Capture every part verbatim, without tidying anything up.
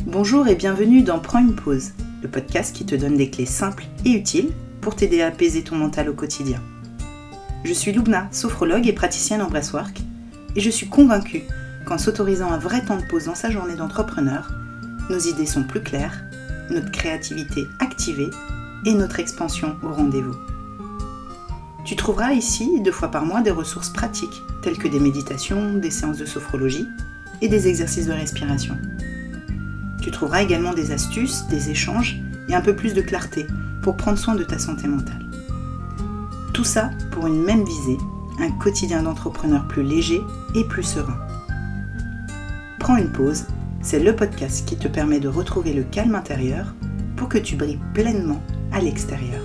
Bonjour et bienvenue dans Prends une pause, le podcast qui te donne des clés simples et utiles pour t'aider à apaiser ton mental au quotidien. Je suis Lubna, sophrologue et praticienne en breathwork, et je suis convaincue qu'en s'autorisant un vrai temps de pause dans sa journée d'entrepreneur, nos idées sont plus claires, notre créativité activée et notre expansion au rendez-vous. Tu trouveras ici, deux fois par mois, des ressources pratiques, telles que des méditations, des séances de sophrologie et des exercices de respiration. Tu trouveras également des astuces, des échanges et un peu plus de clarté pour prendre soin de ta santé mentale. Tout ça pour une même visée, un quotidien d'entrepreneur plus léger et plus serein. Prends une pause, c'est le podcast qui te permet de retrouver le calme intérieur pour que tu brilles pleinement à l'extérieur.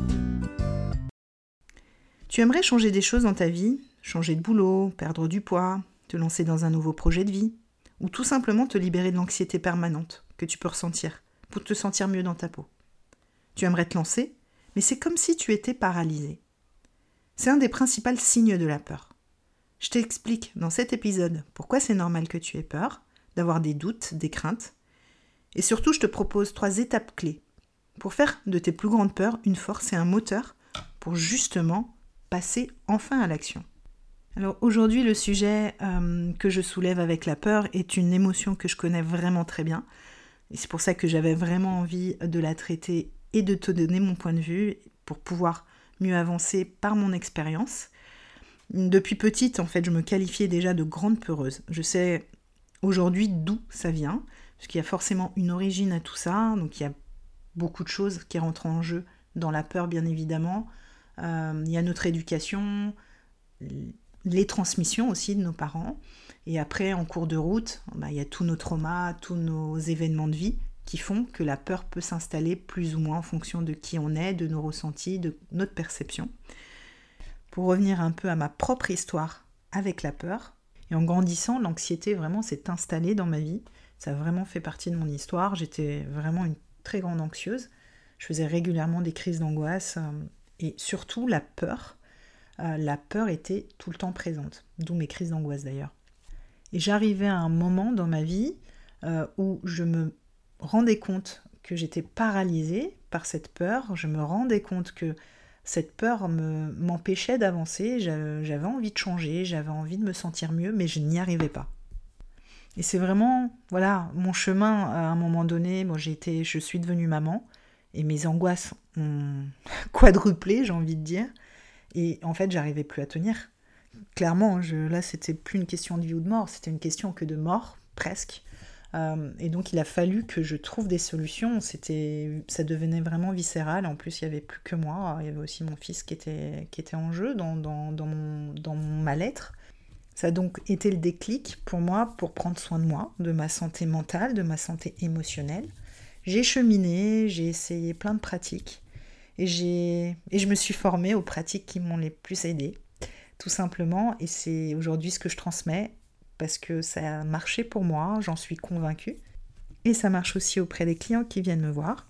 Tu aimerais changer des choses dans ta vie, changer de boulot, perdre du poids, te lancer dans un nouveau projet de vie, ou tout simplement te libérer de l'anxiété permanente que tu peux ressentir pour te sentir mieux dans ta peau. Tu aimerais te lancer, mais c'est comme si tu étais paralysé. C'est un des principaux signes de la peur. Je t'explique dans cet épisode pourquoi c'est normal que tu aies peur, d'avoir des doutes, des craintes, et surtout je te propose trois étapes clés pour faire de tes plus grandes peurs une force et un moteur pour justement passer enfin à l'action. Alors aujourd'hui, le sujet euh, que je soulève avec la peur est une émotion que je connais vraiment très bien. Et c'est pour ça que j'avais vraiment envie de la traiter et de te donner mon point de vue pour pouvoir mieux avancer par mon expérience. Depuis petite, en fait, je me qualifiais déjà de grande peureuse. Je sais aujourd'hui d'où ça vient, parce qu'il y a forcément une origine à tout ça. Donc il y a beaucoup de choses qui rentrent en jeu dans la peur, bien évidemment. Euh, il y a notre éducation, les transmissions aussi de nos parents. Et après, en cours de route, bah, il y a tous nos traumas, tous nos événements de vie qui font que la peur peut s'installer plus ou moins en fonction de qui on est, de nos ressentis, de notre perception. Pour revenir un peu à ma propre histoire avec la peur, et en grandissant, l'anxiété vraiment s'est installée dans ma vie. Ça a vraiment fait partie de mon histoire. J'étais vraiment une très grande anxieuse. Je faisais régulièrement des crises d'angoisse euh, et surtout la peur. Euh, la peur était tout le temps présente, d'où mes crises d'angoisse d'ailleurs. Et j'arrivais à un moment dans ma vie euh, où je me rendais compte que j'étais paralysée par cette peur, je me rendais compte que cette peur me, m'empêchait d'avancer, j'avais, j'avais envie de changer, j'avais envie de me sentir mieux, mais je n'y arrivais pas. Et c'est vraiment, voilà, mon chemin à un moment donné, moi j'ai été, je suis devenue maman, et mes angoisses ont quadruplé, j'ai envie de dire. Et en fait, j'arrivais plus à tenir. Clairement, je, là, c'était plus une question de vie ou de mort, c'était une question que de mort, presque. Euh, et donc, il a fallu que je trouve des solutions. C'était, ça devenait vraiment viscéral. En plus, il n'y avait plus que moi. Il y avait aussi mon fils qui était, qui était en jeu dans, dans, dans, mon, dans mon mal-être. Ça a donc été le déclic pour moi pour prendre soin de moi, de ma santé mentale, de ma santé émotionnelle. J'ai cheminé, j'ai essayé plein de pratiques. Et, j'ai... et je me suis formée aux pratiques qui m'ont les plus aidée, tout simplement. Et c'est aujourd'hui ce que je transmets parce que ça a marché pour moi, j'en suis convaincue. Et ça marche aussi auprès des clients qui viennent me voir.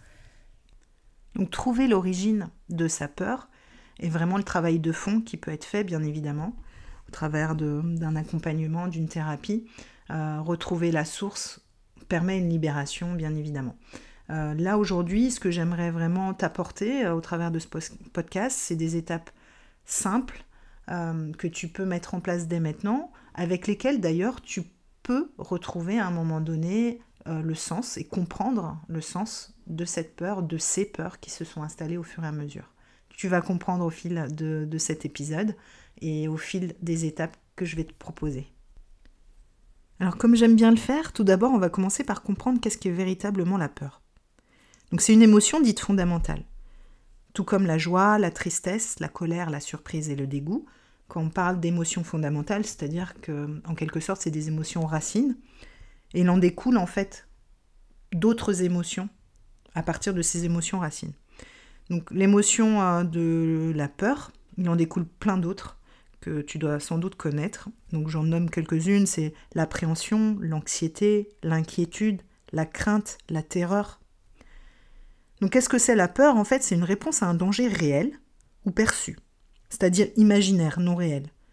Donc trouver l'origine de sa peur est vraiment le travail de fond qui peut être fait, bien évidemment, au travers de, d'un accompagnement, d'une thérapie. Euh, retrouver la source permet une libération, bien évidemment. Euh, là, aujourd'hui, ce que j'aimerais vraiment t'apporter euh, au travers de ce podcast, c'est des étapes simples euh, que tu peux mettre en place dès maintenant, avec lesquelles, d'ailleurs, tu peux retrouver à un moment donné euh, le sens et comprendre le sens de cette peur, de ces peurs qui se sont installées au fur et à mesure. Tu vas comprendre au fil de, de cet épisode et au fil des étapes que je vais te proposer. Alors, comme j'aime bien le faire, tout d'abord, on va commencer par comprendre qu'est-ce qu'est véritablement la peur. Donc c'est une émotion dite fondamentale. Tout comme la joie, la tristesse, la colère, la surprise et le dégoût, quand on parle d'émotions fondamentales, c'est-à-dire qu'en quelque sorte c'est des émotions racines, et il en découle en fait d'autres émotions à partir de ces émotions racines. Donc l'émotion de la peur, il en découle plein d'autres que tu dois sans doute connaître. Donc j'en nomme quelques-unes, c'est l'appréhension, l'anxiété, l'inquiétude, la crainte, la terreur. Donc qu'est-ce que c'est la peur ? En fait, c'est une réponse à un danger réel ou perçu, c'est-à-dire imaginaire, non réel.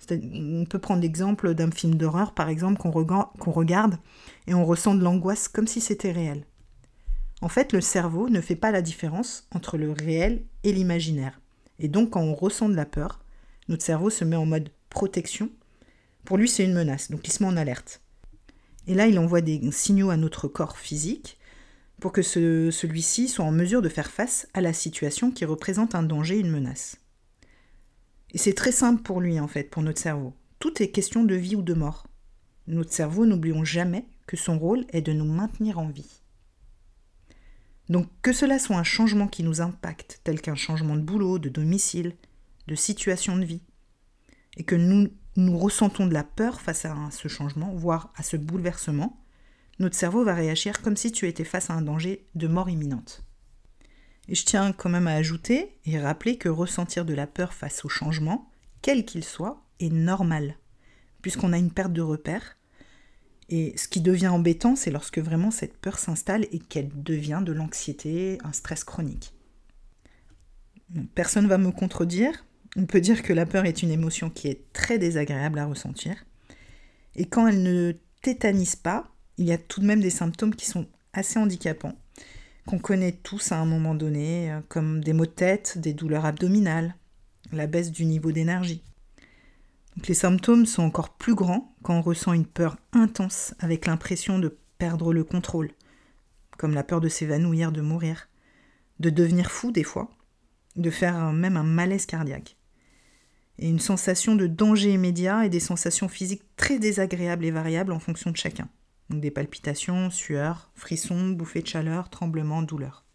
On peut prendre l'exemple d'un film d'horreur, par exemple, qu'on rega- qu'on regarde et on ressent de l'angoisse comme si c'était réel. En fait, le cerveau ne fait pas la différence entre le réel et l'imaginaire. Et donc, quand on ressent de la peur, notre cerveau se met en mode protection. Pour lui, c'est une menace, donc il se met en alerte. Et là, il envoie des signaux à notre corps physique pour que ce, celui-ci soit en mesure de faire face à la situation qui représente un danger, une menace. Et c'est très simple pour lui, en fait, pour notre cerveau. Tout est question de vie ou de mort. Notre cerveau, n'oublions jamais que son rôle est de nous maintenir en vie. Donc, que cela soit un changement qui nous impacte, tel qu'un changement de boulot, de domicile, de situation de vie, et que nous, nous ressentons de la peur face à ce changement, voire à ce bouleversement, notre cerveau va réagir comme si tu étais face à un danger de mort imminente. Et je tiens quand même à ajouter et rappeler que ressentir de la peur face au changement, quel qu'il soit, est normal, puisqu'on a une perte de repère. Et ce qui devient embêtant, c'est lorsque vraiment cette peur s'installe et qu'elle devient de l'anxiété, un stress chronique. Personne ne va me contredire. On peut dire que la peur est une émotion qui est très désagréable à ressentir. Et quand elle ne tétanise pas, il y a tout de même des symptômes qui sont assez handicapants, qu'on connaît tous à un moment donné, comme des maux de tête, des douleurs abdominales, la baisse du niveau d'énergie. Donc les symptômes sont encore plus grands quand on ressent une peur intense avec l'impression de perdre le contrôle, comme la peur de s'évanouir, de mourir, de devenir fou des fois, de faire même un malaise cardiaque. Et une sensation de danger immédiat et des sensations physiques très désagréables et variables en fonction de chacun. Donc des palpitations, sueurs, frissons, bouffées de chaleur, tremblements, douleurs.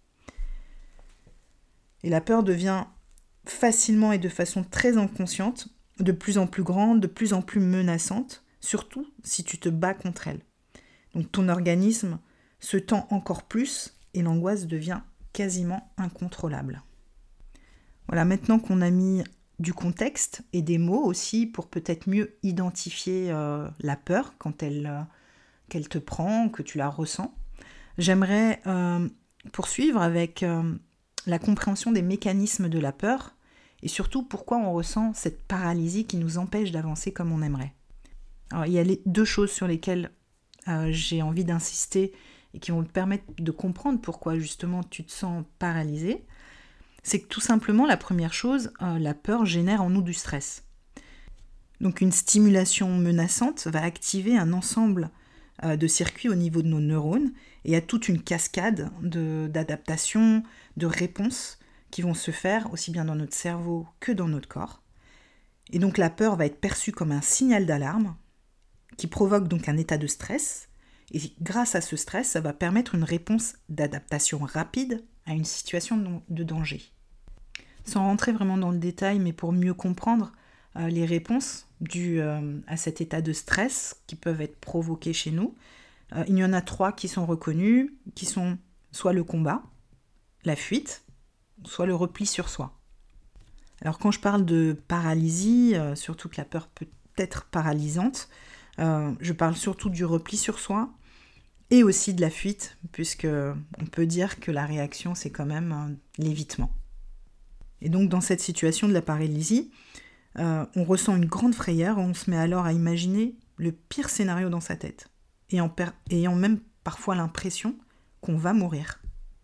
Et la peur devient facilement et de façon très inconsciente, de plus en plus grande, de plus en plus menaçante, surtout si tu te bats contre elle. Donc ton organisme se tend encore plus et l'angoisse devient quasiment incontrôlable. Voilà, maintenant qu'on a mis du contexte et des mots aussi pour peut-être mieux identifier euh, la peur quand elle, euh, qu'elle te prend, que tu la ressens, j'aimerais euh, poursuivre avec euh, la compréhension des mécanismes de la peur et surtout pourquoi on ressent cette paralysie qui nous empêche d'avancer comme on aimerait. Alors, il y a les deux choses sur lesquelles euh, j'ai envie d'insister et qui vont te permettre de comprendre pourquoi justement tu te sens paralysé. C'est que tout simplement, la première chose, euh, la peur génère en nous du stress. Donc une stimulation menaçante va activer un ensemble euh, de circuits au niveau de nos neurones et il y a toute une cascade de, d'adaptations, de réponses qui vont se faire aussi bien dans notre cerveau que dans notre corps. Et donc la peur va être perçue comme un signal d'alarme qui provoque donc un état de stress et grâce à ce stress, ça va permettre une réponse d'adaptation rapide à une situation de danger. Sans rentrer vraiment dans le détail, mais pour mieux comprendre euh, les réponses dues euh, à cet état de stress qui peuvent être provoquées chez nous, euh, il y en a trois qui sont reconnues, qui sont soit le combat, la fuite, soit le repli sur soi. Alors quand je parle de paralysie, euh, surtout que la peur peut être paralysante, euh, je parle surtout du repli sur soi et aussi de la fuite, puisque on peut dire que la réaction c'est quand même euh, l'évitement. Et donc dans cette situation de la paralysie, euh, on ressent une grande frayeur, on se met alors à imaginer le pire scénario dans sa tête, et en per- ayant même parfois l'impression qu'on va mourir.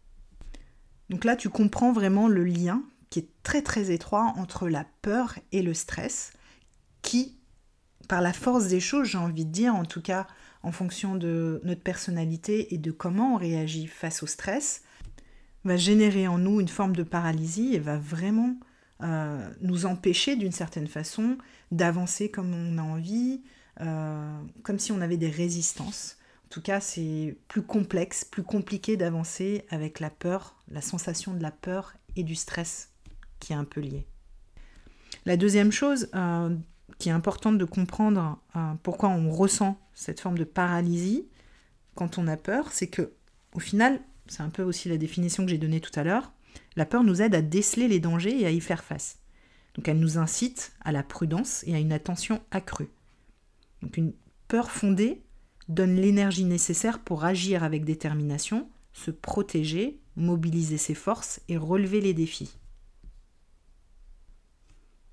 Donc là, tu comprends vraiment le lien qui est très très étroit entre la peur et le stress, qui, par la force des choses, j'ai envie de dire, en tout cas en fonction de notre personnalité et de comment on réagit face au stress, va générer en nous une forme de paralysie et va vraiment euh, nous empêcher d'une certaine façon d'avancer comme on a envie, euh, comme si on avait des résistances. En tout cas, c'est plus complexe, plus compliqué d'avancer avec la peur, la sensation de la peur et du stress qui est un peu liée. La deuxième chose euh, qui est importante de comprendre euh, pourquoi on ressent cette forme de paralysie quand on a peur, c'est que au final, c'est un peu aussi la définition que j'ai donnée tout à l'heure, la peur nous aide à déceler les dangers et à y faire face. Donc elle nous incite à la prudence et à une attention accrue. Donc une peur fondée donne l'énergie nécessaire pour agir avec détermination, se protéger, mobiliser ses forces et relever les défis.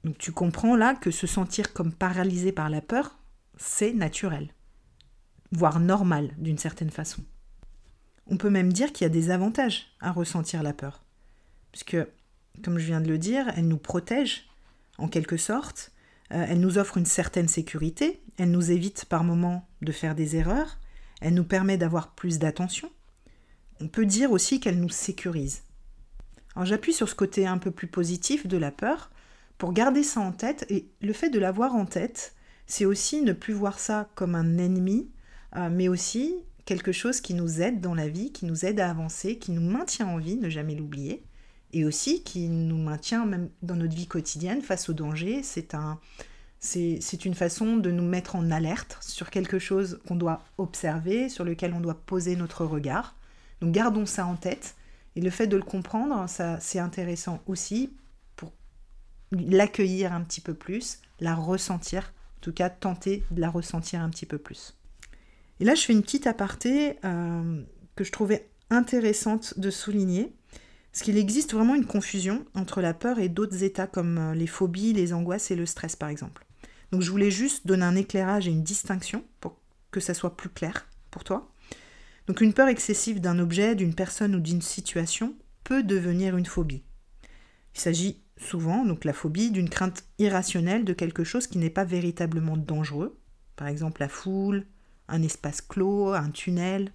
Donc tu comprends là que se sentir comme paralysé par la peur, c'est naturel, voire normal d'une certaine façon. On peut même dire qu'il y a des avantages à ressentir la peur. Puisque, comme je viens de le dire, elle nous protège, en quelque sorte. Euh, elle nous offre une certaine sécurité. Elle nous évite par moments de faire des erreurs. Elle nous permet d'avoir plus d'attention. On peut dire aussi qu'elle nous sécurise. Alors j'appuie sur ce côté un peu plus positif de la peur pour garder ça en tête. Et le fait de l'avoir en tête, c'est aussi ne plus voir ça comme un ennemi, euh, mais aussi quelque chose qui nous aide dans la vie, qui nous aide à avancer, qui nous maintient en vie, ne jamais l'oublier, et aussi qui nous maintient même dans notre vie quotidienne face au danger. C'est, un, c'est, c'est une façon de nous mettre en alerte sur quelque chose qu'on doit observer, sur lequel on doit poser notre regard. Donc gardons ça en tête, et le fait de le comprendre, ça, c'est intéressant aussi pour l'accueillir un petit peu plus, la ressentir, en tout cas tenter de la ressentir un petit peu plus. Et là, je fais une petite aparté euh, que je trouvais intéressante de souligner, parce qu'il existe vraiment une confusion entre la peur et d'autres états comme les phobies, les angoisses et le stress, par exemple. Donc, je voulais juste donner un éclairage et une distinction pour que ça soit plus clair pour toi. Donc, une peur excessive d'un objet, d'une personne ou d'une situation peut devenir une phobie. Il s'agit souvent, donc la phobie, d'une crainte irrationnelle de quelque chose qui n'est pas véritablement dangereux, par exemple la foule, un espace clos, un tunnel.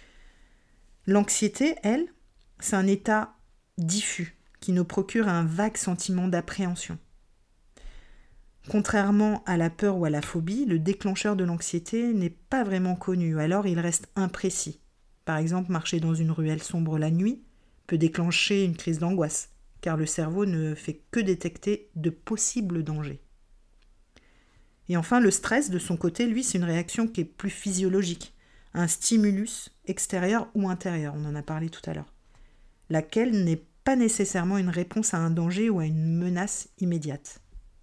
L'anxiété, elle, c'est un état diffus qui nous procure un vague sentiment d'appréhension. Contrairement à la peur ou à la phobie, le déclencheur de l'anxiété n'est pas vraiment connu, alors il reste imprécis. Par exemple, marcher dans une ruelle sombre la nuit peut déclencher une crise d'angoisse, car le cerveau ne fait que détecter de possibles dangers. Et enfin, le stress, de son côté, lui, c'est une réaction qui est plus physiologique, un stimulus extérieur ou intérieur, on en a parlé tout à l'heure, laquelle n'est pas nécessairement une réponse à un danger ou à une menace immédiate.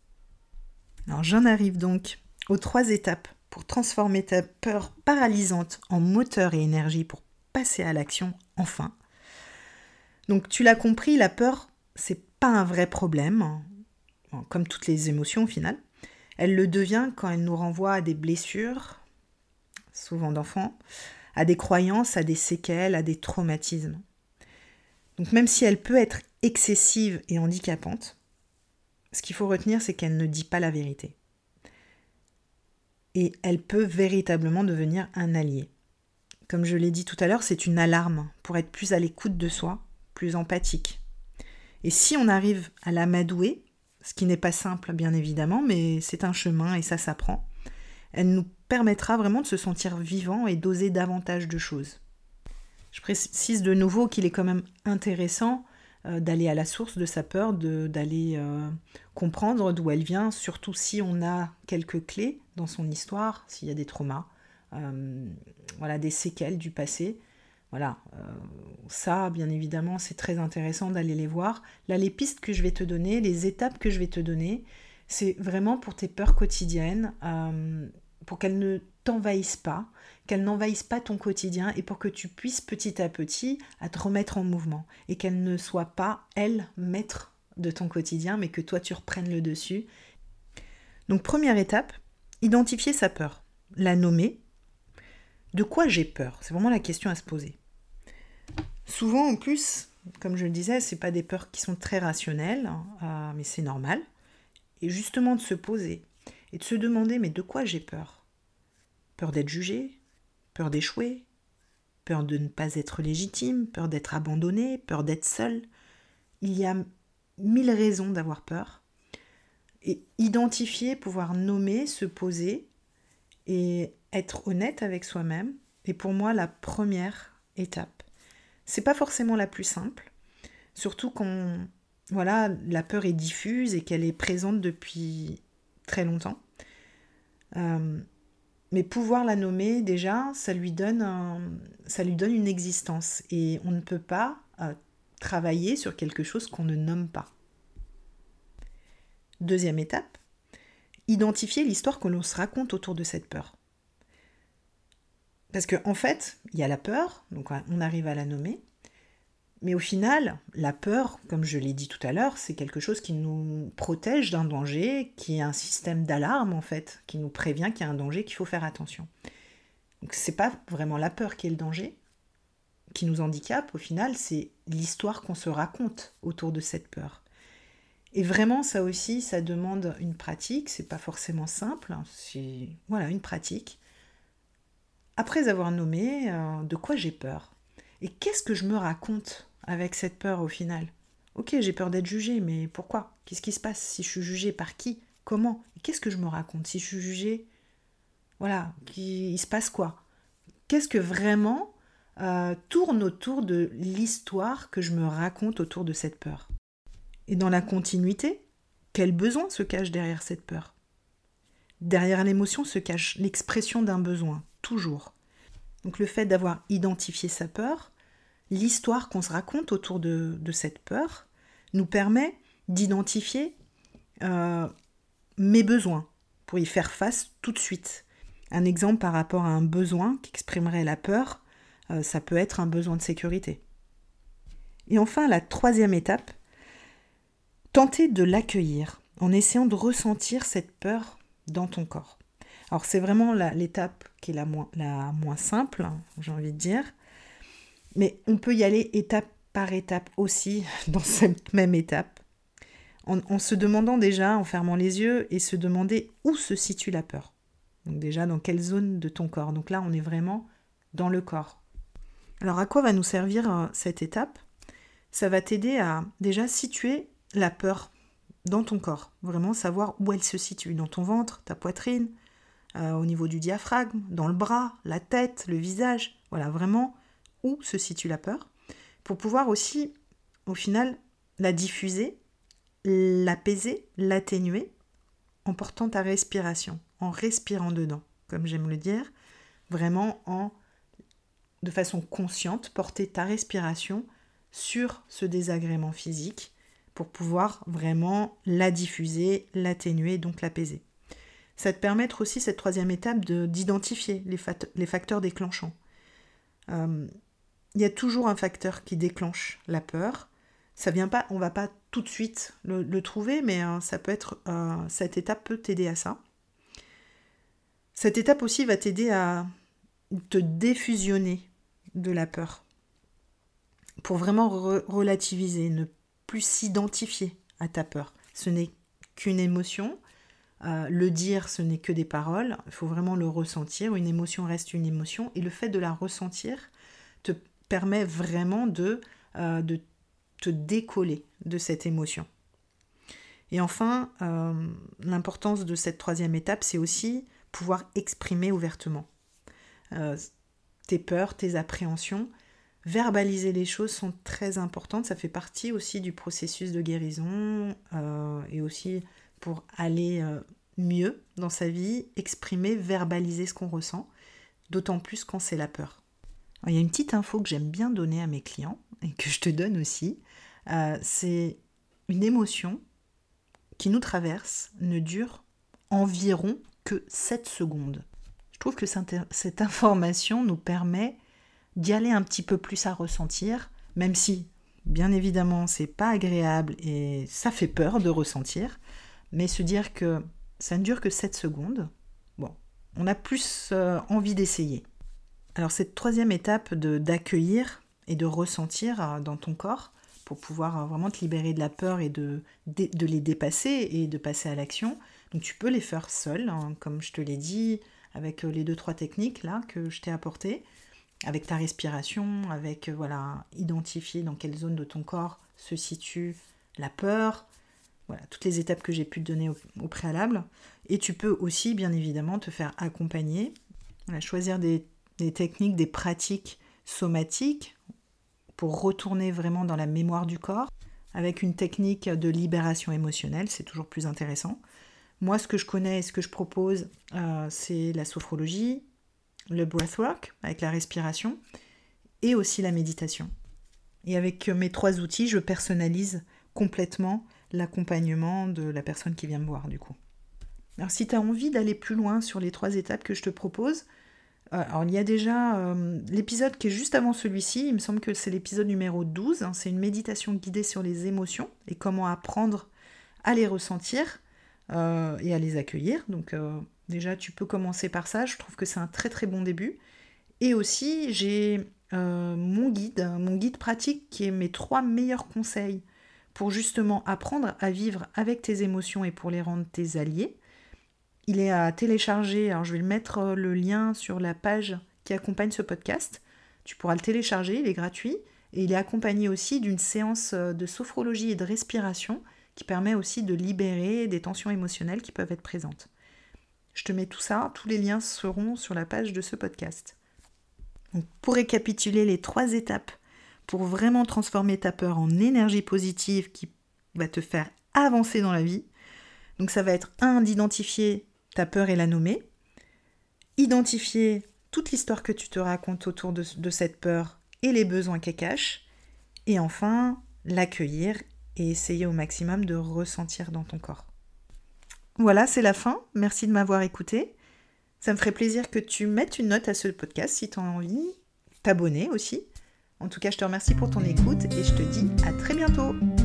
Alors j'en arrive donc aux trois étapes pour transformer ta peur paralysante en moteur et énergie pour passer à l'action, enfin. Donc tu l'as compris, la peur, c'est pas un vrai problème, comme toutes les émotions au final. Elle le devient quand elle nous renvoie à des blessures, souvent d'enfants, à des croyances, à des séquelles, à des traumatismes. Donc même si elle peut être excessive et handicapante, ce qu'il faut retenir, c'est qu'elle ne dit pas la vérité. Et elle peut véritablement devenir un allié. Comme je l'ai dit tout à l'heure, c'est une alarme pour être plus à l'écoute de soi, plus empathique. Et si on arrive à l'amadouer, ce qui n'est pas simple bien évidemment, mais c'est un chemin et ça s'apprend, elle nous permettra vraiment de se sentir vivant et d'oser davantage de choses. Je précise de nouveau qu'il est quand même intéressant euh, d'aller à la source de sa peur, de, d'aller euh, comprendre d'où elle vient, surtout si on a quelques clés dans son histoire, s'il y a des traumas, euh, voilà, des séquelles du passé. Voilà, euh, ça, bien évidemment, c'est très intéressant d'aller les voir. Là, les pistes que je vais te donner, les étapes que je vais te donner, c'est vraiment pour tes peurs quotidiennes, euh, pour qu'elles ne t'envahissent pas, qu'elles n'envahissent pas ton quotidien et pour que tu puisses petit à petit à te remettre en mouvement et qu'elles ne soient pas, elles, maîtres de ton quotidien, mais que toi, tu reprennes le dessus. Donc, première étape, identifier sa peur, la nommer. De quoi j'ai peur ? C'est vraiment la question à se poser. Souvent, en plus, comme je le disais, ce n'est pas des peurs qui sont très rationnelles, euh, mais c'est normal. Et justement de se poser et de se demander, mais de quoi j'ai peur ? Peur d'être jugé ? Peur d'échouer ? Peur de ne pas être légitime ? Peur d'être abandonné ? Peur d'être seul ? Il y a mille raisons d'avoir peur. Et identifier, pouvoir nommer, se poser et être honnête avec soi-même est pour moi la première étape. C'est pas forcément la plus simple, surtout quand voilà, la peur est diffuse et qu'elle est présente depuis très longtemps. Euh, mais pouvoir la nommer, déjà, ça lui donne, un, ça lui donne une existence. Et on ne peut pas euh, travailler sur quelque chose qu'on ne nomme pas. Deuxième étape, identifier l'histoire que l'on se raconte autour de cette peur. Parce qu'en en fait, il y a la peur, donc on arrive à la nommer, Mais au final, la peur, comme je l'ai dit tout à l'heure, c'est quelque chose qui nous protège d'un danger, qui est un système d'alarme en fait, qui nous prévient qu'il y a un danger, qu'il faut faire attention. Donc c'est pas vraiment la peur qui est le danger, qui nous handicape, au final, c'est l'histoire qu'on se raconte autour de cette peur. Et vraiment, ça aussi, ça demande une pratique, c'est pas forcément simple, c'est voilà, une pratique. Après avoir nommé euh, de quoi j'ai peur, et qu'est-ce que je me raconte avec cette peur au final. Ok, j'ai peur d'être jugée, mais pourquoi ? Qu'est-ce qui se passe si je suis jugée par qui ? Comment ? Et qu'est-ce que je me raconte si je suis jugée ? Voilà, qui, il se passe quoi ? Qu'est-ce que vraiment euh, tourne autour de l'histoire que je me raconte autour de cette peur ? Et dans la continuité, quel besoin se cache derrière cette peur ? Derrière l'émotion se cache l'expression d'un besoin, toujours. Donc le fait d'avoir identifié sa peur, l'histoire qu'on se raconte autour de, de cette peur, nous permet d'identifier euh, mes besoins pour y faire face tout de suite. Un exemple par rapport à un besoin qu'exprimerait la peur, euh, ça peut être un besoin de sécurité. Et enfin, la troisième étape, tenter de l'accueillir en essayant de ressentir cette peur dans ton corps. Alors c'est vraiment la, l'étape qui est la moins, la moins simple, j'ai envie de dire, mais on peut y aller étape par étape aussi dans cette même étape, en, en se demandant déjà, en fermant les yeux, et se demander où se situe la peur. Donc déjà, dans quelle zone de ton corps. Donc là, on est vraiment dans le corps. Alors à quoi va nous servir euh, cette étape ? Ça va t'aider à déjà situer la peur dans ton corps. Vraiment savoir où elle se situe, dans ton ventre, ta poitrine, euh, au niveau du diaphragme, dans le bras, la tête, le visage. Voilà, vraiment où se situe la peur, pour pouvoir aussi, au final, la diffuser, l'apaiser, l'atténuer, en portant ta respiration, en respirant dedans, comme j'aime le dire, vraiment en, de façon consciente, porter ta respiration sur ce désagrément physique pour pouvoir vraiment la diffuser, l'atténuer, donc l'apaiser. Ça te permettre aussi, cette troisième étape, de, d'identifier les, fat- les facteurs déclenchants. Euh, il y a toujours un facteur qui déclenche la peur. Ça vient pas, on va pas tout de suite le, le trouver, mais euh, ça peut être, euh, cette étape peut t'aider à ça. Cette étape aussi va t'aider à te défusionner de la peur, pour vraiment re- relativiser, ne plus s'identifier à ta peur. Ce n'est qu'une émotion. Euh, le dire, ce n'est que des paroles. Il faut vraiment le ressentir. Une émotion reste une émotion. Et le fait de la ressentir te permet vraiment de, euh, de te décoller de cette émotion. Et enfin, euh, l'importance de cette troisième étape, c'est aussi pouvoir exprimer ouvertement euh, tes peurs, tes appréhensions. Verbaliser les choses sont très importantes. Ça fait partie aussi du processus de guérison euh, et aussi pour aller euh, mieux dans sa vie, exprimer, verbaliser ce qu'on ressent, d'autant plus quand c'est la peur. Alors, il y a une petite info que j'aime bien donner à mes clients et que je te donne aussi. Euh, c'est une émotion qui nous traverse ne dure environ que sept secondes. Je trouve que cette information nous permet d'y aller un petit peu plus à ressentir, même si, bien évidemment, c'est pas agréable et ça fait peur de ressentir, mais se dire que ça ne dure que sept secondes, bon, on a plus euh, envie d'essayer. Alors cette troisième étape de, d'accueillir et de ressentir euh, dans ton corps, pour pouvoir euh, vraiment te libérer de la peur et de, de, de les dépasser et de passer à l'action, donc tu peux les faire seul, hein, comme je te l'ai dit, avec les deux, trois techniques là que je t'ai apportées, avec ta respiration, avec, voilà, identifier dans quelle zone de ton corps se situe la peur, voilà, toutes les étapes que j'ai pu te donner au, au préalable. Et tu peux aussi, bien évidemment, te faire accompagner, voilà, choisir des, des techniques, des pratiques somatiques pour retourner vraiment dans la mémoire du corps, avec une technique de libération émotionnelle, c'est toujours plus intéressant. Moi, ce que je connais et ce que je propose, euh, c'est la sophrologie, le breathwork avec la respiration et aussi la méditation. Et avec mes trois outils, je personnalise complètement l'accompagnement de la personne qui vient me voir du coup. Alors si tu as envie d'aller plus loin sur les trois étapes que je te propose, Alors, il y a déjà euh, l'épisode qui est juste avant celui-ci, il me semble que c'est l'épisode numéro douze, hein, c'est une méditation guidée sur les émotions et comment apprendre à les ressentir euh, et à les accueillir. Donc euh, déjà, tu peux commencer par ça, je trouve que c'est un très très bon début. Et aussi, j'ai euh, mon guide, mon guide pratique qui est mes trois meilleurs conseils pour justement apprendre à vivre avec tes émotions et pour les rendre tes alliés. Il est à télécharger, alors je vais le mettre le lien sur la page qui accompagne ce podcast. Tu pourras le télécharger, il est gratuit et il est accompagné aussi d'une séance de sophrologie et de respiration qui permet aussi de libérer des tensions émotionnelles qui peuvent être présentes. Je te mets tout ça, tous les liens seront sur la page de ce podcast. Donc, pour récapituler les trois étapes pour vraiment transformer ta peur en énergie positive qui va te faire avancer dans la vie. Donc ça va être un, d'identifier ta peur et la nommer, identifier toute l'histoire que tu te racontes autour de, de cette peur et les besoins qu'elle cache, et enfin l'accueillir et essayer au maximum de ressentir dans ton corps. Voilà, c'est la fin. Merci de m'avoir écouté. Ça me ferait plaisir que tu mettes une note à ce podcast si tu as envie, t'abonner aussi. En tout cas, je te remercie pour ton écoute et je te dis à très bientôt.